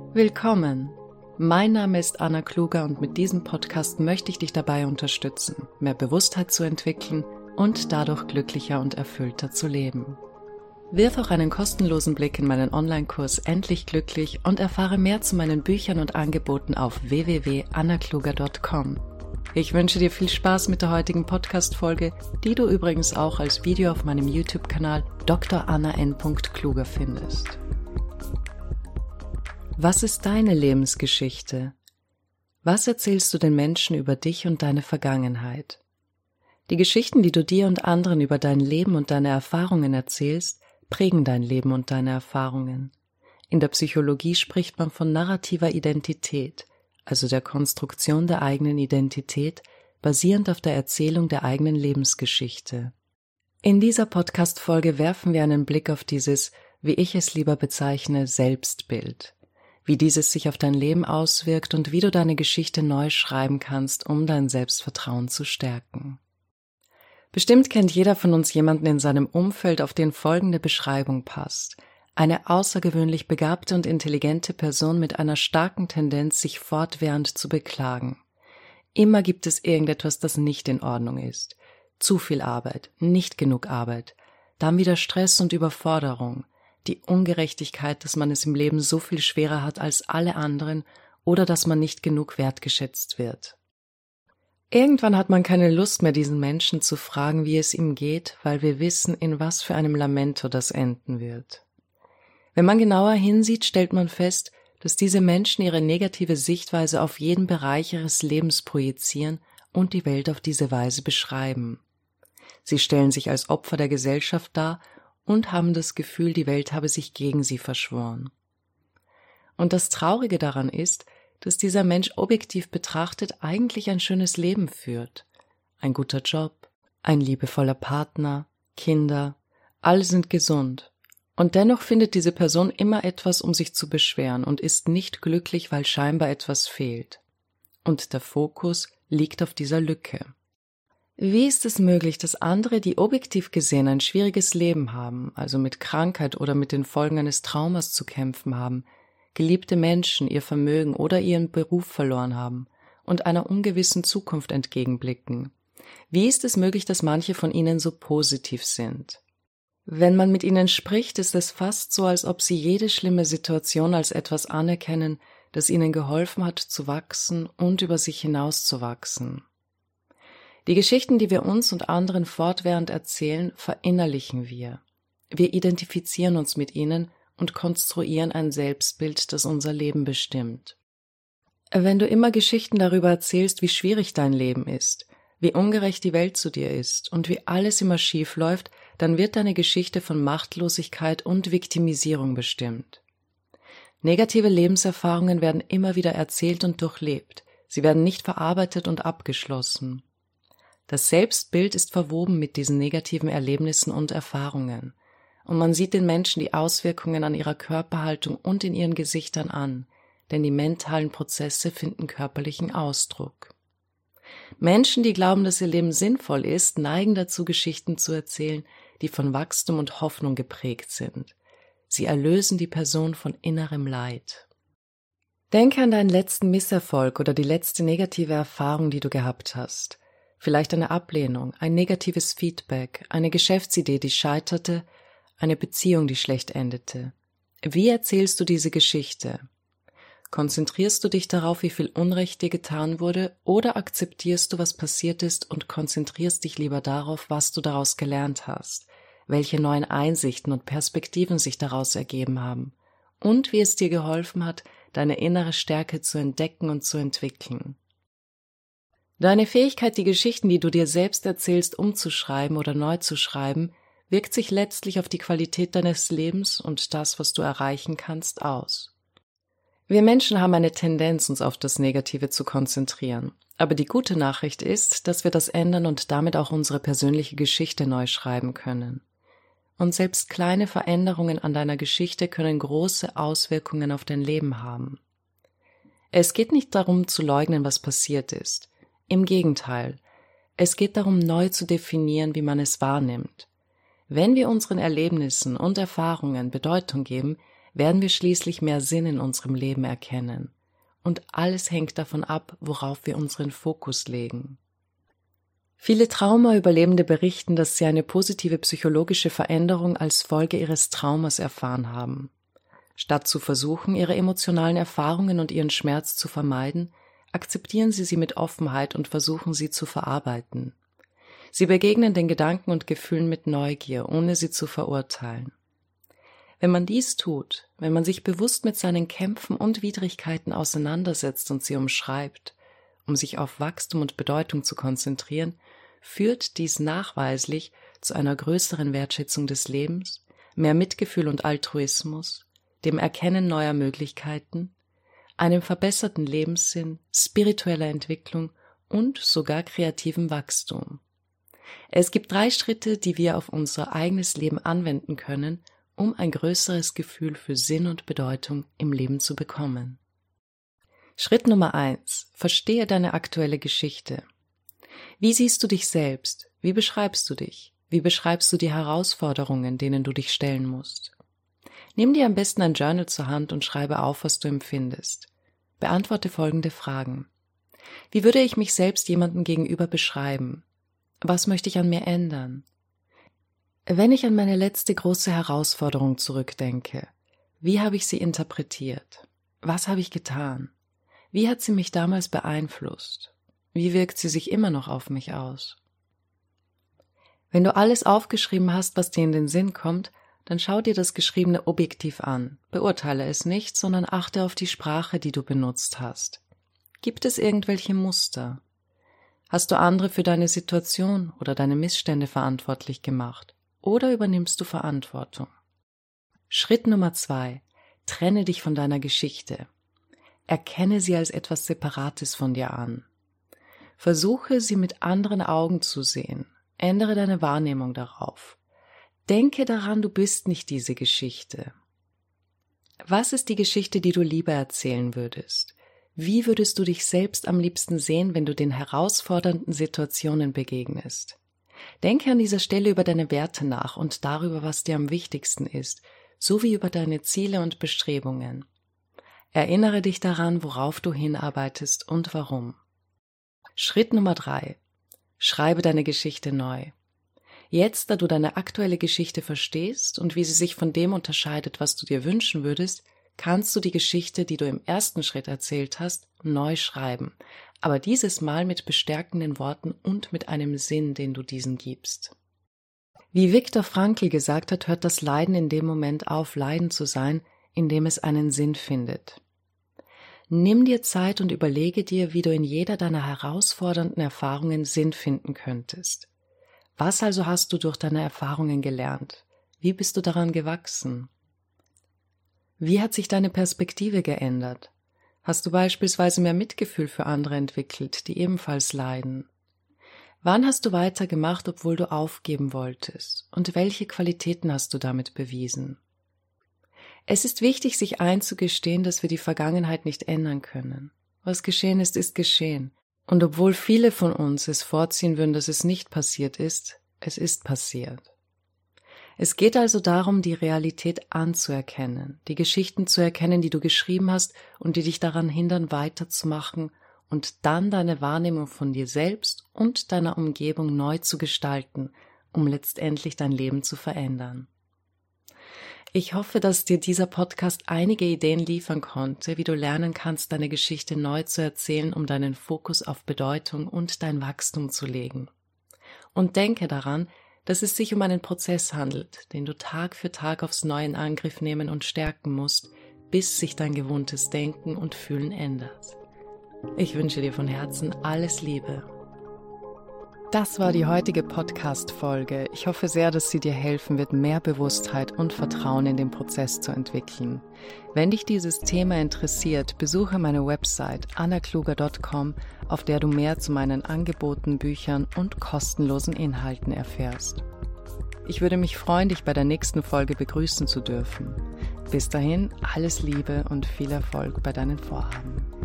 Willkommen! Mein Name ist Anna Kluger und mit diesem Podcast möchte ich dich dabei unterstützen, mehr Bewusstheit zu entwickeln und dadurch glücklicher und erfüllter zu leben. Wirf auch einen kostenlosen Blick in meinen Online-Kurs Endlich Glücklich und erfahre mehr zu meinen Büchern und Angeboten auf www.annakluger.com. Ich wünsche dir viel Spaß mit der heutigen Podcast-Folge, die du übrigens auch als Video auf meinem YouTube-Kanal Dr. Anna N. Kluger findest. Was ist deine Lebensgeschichte? Was erzählst du den Menschen über dich und deine Vergangenheit? Die Geschichten, die du dir und anderen über dein Leben und deine Erfahrungen erzählst, prägen dein Leben und deine Erfahrungen. In der Psychologie spricht man von narrativer Identität, also der Konstruktion der eigenen Identität, basierend auf der Erzählung der eigenen Lebensgeschichte. In dieser Podcast-Folge werfen wir einen Blick auf dieses, wie ich es lieber bezeichne, Selbstbild. Wie dieses sich auf dein Leben auswirkt und wie du deine Geschichte neu schreiben kannst, um dein Selbstvertrauen zu stärken. Bestimmt kennt jeder von uns jemanden in seinem Umfeld, auf den folgende Beschreibung passt. Eine außergewöhnlich begabte und intelligente Person mit einer starken Tendenz, sich fortwährend zu beklagen. Immer gibt es irgendetwas, das nicht in Ordnung ist. Zu viel Arbeit, nicht genug Arbeit, dann wieder Stress und Überforderung. Die Ungerechtigkeit, dass man es im Leben so viel schwerer hat als alle anderen oder dass man nicht genug wertgeschätzt wird. Irgendwann hat man keine Lust mehr, diesen Menschen zu fragen, wie es ihm geht, weil wir wissen, in was für einem Lamento das enden wird. Wenn man genauer hinsieht, stellt man fest, dass diese Menschen ihre negative Sichtweise auf jeden Bereich ihres Lebens projizieren und die Welt auf diese Weise beschreiben. Sie stellen sich als Opfer der Gesellschaft dar und haben das Gefühl, die Welt habe sich gegen sie verschworen. Und das Traurige daran ist, dass dieser Mensch objektiv betrachtet eigentlich ein schönes Leben führt. Ein guter Job, ein liebevoller Partner, Kinder, alle sind gesund. Und dennoch findet diese Person immer etwas, um sich zu beschweren und ist nicht glücklich, weil scheinbar etwas fehlt. Und der Fokus liegt auf dieser Lücke. Wie ist es möglich, dass andere, die objektiv gesehen ein schwieriges Leben haben, also mit Krankheit oder mit den Folgen eines Traumas zu kämpfen haben, geliebte Menschen, ihr Vermögen oder ihren Beruf verloren haben und einer ungewissen Zukunft entgegenblicken? Wie ist es möglich, dass manche von ihnen so positiv sind? Wenn man mit ihnen spricht, ist es fast so, als ob sie jede schlimme Situation als etwas anerkennen, das ihnen geholfen hat, zu wachsen und über sich hinauszuwachsen. Die Geschichten, die wir uns und anderen fortwährend erzählen, verinnerlichen wir. Wir identifizieren uns mit ihnen und konstruieren ein Selbstbild, das unser Leben bestimmt. Wenn du immer Geschichten darüber erzählst, wie schwierig dein Leben ist, wie ungerecht die Welt zu dir ist und wie alles immer schief läuft, dann wird deine Geschichte von Machtlosigkeit und Viktimisierung bestimmt. Negative Lebenserfahrungen werden immer wieder erzählt und durchlebt. Sie werden nicht verarbeitet und abgeschlossen. Das Selbstbild ist verwoben mit diesen negativen Erlebnissen und Erfahrungen. Und man sieht den Menschen die Auswirkungen an ihrer Körperhaltung und in ihren Gesichtern an, denn die mentalen Prozesse finden körperlichen Ausdruck. Menschen, die glauben, dass ihr Leben sinnvoll ist, neigen dazu, Geschichten zu erzählen, die von Wachstum und Hoffnung geprägt sind. Sie erlösen die Person von innerem Leid. Denke an deinen letzten Misserfolg oder die letzte negative Erfahrung, die du gehabt hast. Vielleicht eine Ablehnung, ein negatives Feedback, eine Geschäftsidee, die scheiterte, eine Beziehung, die schlecht endete. Wie erzählst du diese Geschichte? Konzentrierst du dich darauf, wie viel Unrecht dir getan wurde, oder akzeptierst du, was passiert ist und konzentrierst dich lieber darauf, was du daraus gelernt hast, welche neuen Einsichten und Perspektiven sich daraus ergeben haben und wie es dir geholfen hat, deine innere Stärke zu entdecken und zu entwickeln? Deine Fähigkeit, die Geschichten, die du dir selbst erzählst, umzuschreiben oder neu zu schreiben, wirkt sich letztlich auf die Qualität deines Lebens und das, was du erreichen kannst, aus. Wir Menschen haben eine Tendenz, uns auf das Negative zu konzentrieren. Aber die gute Nachricht ist, dass wir das ändern und damit auch unsere persönliche Geschichte neu schreiben können. Und selbst kleine Veränderungen an deiner Geschichte können große Auswirkungen auf dein Leben haben. Es geht nicht darum, zu leugnen, was passiert ist. Im Gegenteil, es geht darum, neu zu definieren, wie man es wahrnimmt. Wenn wir unseren Erlebnissen und Erfahrungen Bedeutung geben, werden wir schließlich mehr Sinn in unserem Leben erkennen. Und alles hängt davon ab, worauf wir unseren Fokus legen. Viele Trauma-Überlebende berichten, dass sie eine positive psychologische Veränderung als Folge ihres Traumas erfahren haben. Statt zu versuchen, ihre emotionalen Erfahrungen und ihren Schmerz zu vermeiden, akzeptieren sie mit Offenheit und versuchen sie zu verarbeiten. Sie begegnen den Gedanken und Gefühlen mit Neugier, ohne sie zu verurteilen. Wenn man dies tut, wenn man sich bewusst mit seinen Kämpfen und Widrigkeiten auseinandersetzt und sie umschreibt, um sich auf Wachstum und Bedeutung zu konzentrieren, führt dies nachweislich zu einer größeren Wertschätzung des Lebens, mehr Mitgefühl und Altruismus, dem Erkennen neuer Möglichkeiten, einem verbesserten Lebenssinn, spiritueller Entwicklung und sogar kreativem Wachstum. Es gibt 3 Schritte, die wir auf unser eigenes Leben anwenden können, um ein größeres Gefühl für Sinn und Bedeutung im Leben zu bekommen. Schritt Nummer 1. Verstehe deine aktuelle Geschichte. Wie siehst du dich selbst? Wie beschreibst du dich? Wie beschreibst du die Herausforderungen, denen du dich stellen musst? Nimm dir am besten ein Journal zur Hand und schreibe auf, was du empfindest. Beantworte folgende Fragen. Wie würde ich mich selbst jemandem gegenüber beschreiben? Was möchte ich an mir ändern? Wenn ich an meine letzte große Herausforderung zurückdenke, wie habe ich sie interpretiert? Was habe ich getan? Wie hat sie mich damals beeinflusst? Wie wirkt sie sich immer noch auf mich aus? Wenn du alles aufgeschrieben hast, was dir in den Sinn kommt, dann schau dir das Geschriebene objektiv an. Beurteile es nicht, sondern achte auf die Sprache, die du benutzt hast. Gibt es irgendwelche Muster? Hast du andere für deine Situation oder deine Missstände verantwortlich gemacht? Oder übernimmst du Verantwortung? Schritt Nummer 2. Trenne dich von deiner Geschichte. Erkenne sie als etwas Separates von dir an. Versuche, sie mit anderen Augen zu sehen. Ändere deine Wahrnehmung darauf. Denke daran, du bist nicht diese Geschichte. Was ist die Geschichte, die du lieber erzählen würdest? Wie würdest du dich selbst am liebsten sehen, wenn du den herausfordernden Situationen begegnest? Denke an dieser Stelle über deine Werte nach und darüber, was dir am wichtigsten ist, sowie über deine Ziele und Bestrebungen. Erinnere dich daran, worauf du hinarbeitest und warum. Schritt Nummer 3. Schreibe deine Geschichte neu. Jetzt, da du deine aktuelle Geschichte verstehst und wie sie sich von dem unterscheidet, was du dir wünschen würdest, kannst du die Geschichte, die du im ersten Schritt erzählt hast, neu schreiben, aber dieses Mal mit bestärkenden Worten und mit einem Sinn, den du diesen gibst. Wie Viktor Frankl gesagt hat, hört das Leiden in dem Moment auf, Leiden zu sein, indem es einen Sinn findet. Nimm dir Zeit und überlege dir, wie du in jeder deiner herausfordernden Erfahrungen Sinn finden könntest. Was also hast du durch deine Erfahrungen gelernt? Wie bist du daran gewachsen? Wie hat sich deine Perspektive geändert? Hast du beispielsweise mehr Mitgefühl für andere entwickelt, die ebenfalls leiden? Wann hast du weitergemacht, obwohl du aufgeben wolltest? Und welche Qualitäten hast du damit bewiesen? Es ist wichtig, sich einzugestehen, dass wir die Vergangenheit nicht ändern können. Was geschehen ist, ist geschehen. Und obwohl viele von uns es vorziehen würden, dass es nicht passiert ist, es ist passiert. Es geht also darum, die Realität anzuerkennen, die Geschichten zu erkennen, die du geschrieben hast und die dich daran hindern, weiterzumachen und dann deine Wahrnehmung von dir selbst und deiner Umgebung neu zu gestalten, um letztendlich dein Leben zu verändern. Ich hoffe, dass dir dieser Podcast einige Ideen liefern konnte, wie du lernen kannst, deine Geschichte neu zu erzählen, um deinen Fokus auf Bedeutung und dein Wachstum zu legen. Und denke daran, dass es sich um einen Prozess handelt, den du Tag für Tag aufs Neue in Angriff nehmen und stärken musst, bis sich dein gewohntes Denken und Fühlen ändert. Ich wünsche dir von Herzen alles Liebe. Das war die heutige Podcast-Folge. Ich hoffe sehr, dass sie dir helfen wird, mehr Bewusstheit und Vertrauen in den Prozess zu entwickeln. Wenn dich dieses Thema interessiert, besuche meine Website annakluger.com, auf der du mehr zu meinen Angeboten, Büchern und kostenlosen Inhalten erfährst. Ich würde mich freuen, dich bei der nächsten Folge begrüßen zu dürfen. Bis dahin, alles Liebe und viel Erfolg bei deinen Vorhaben.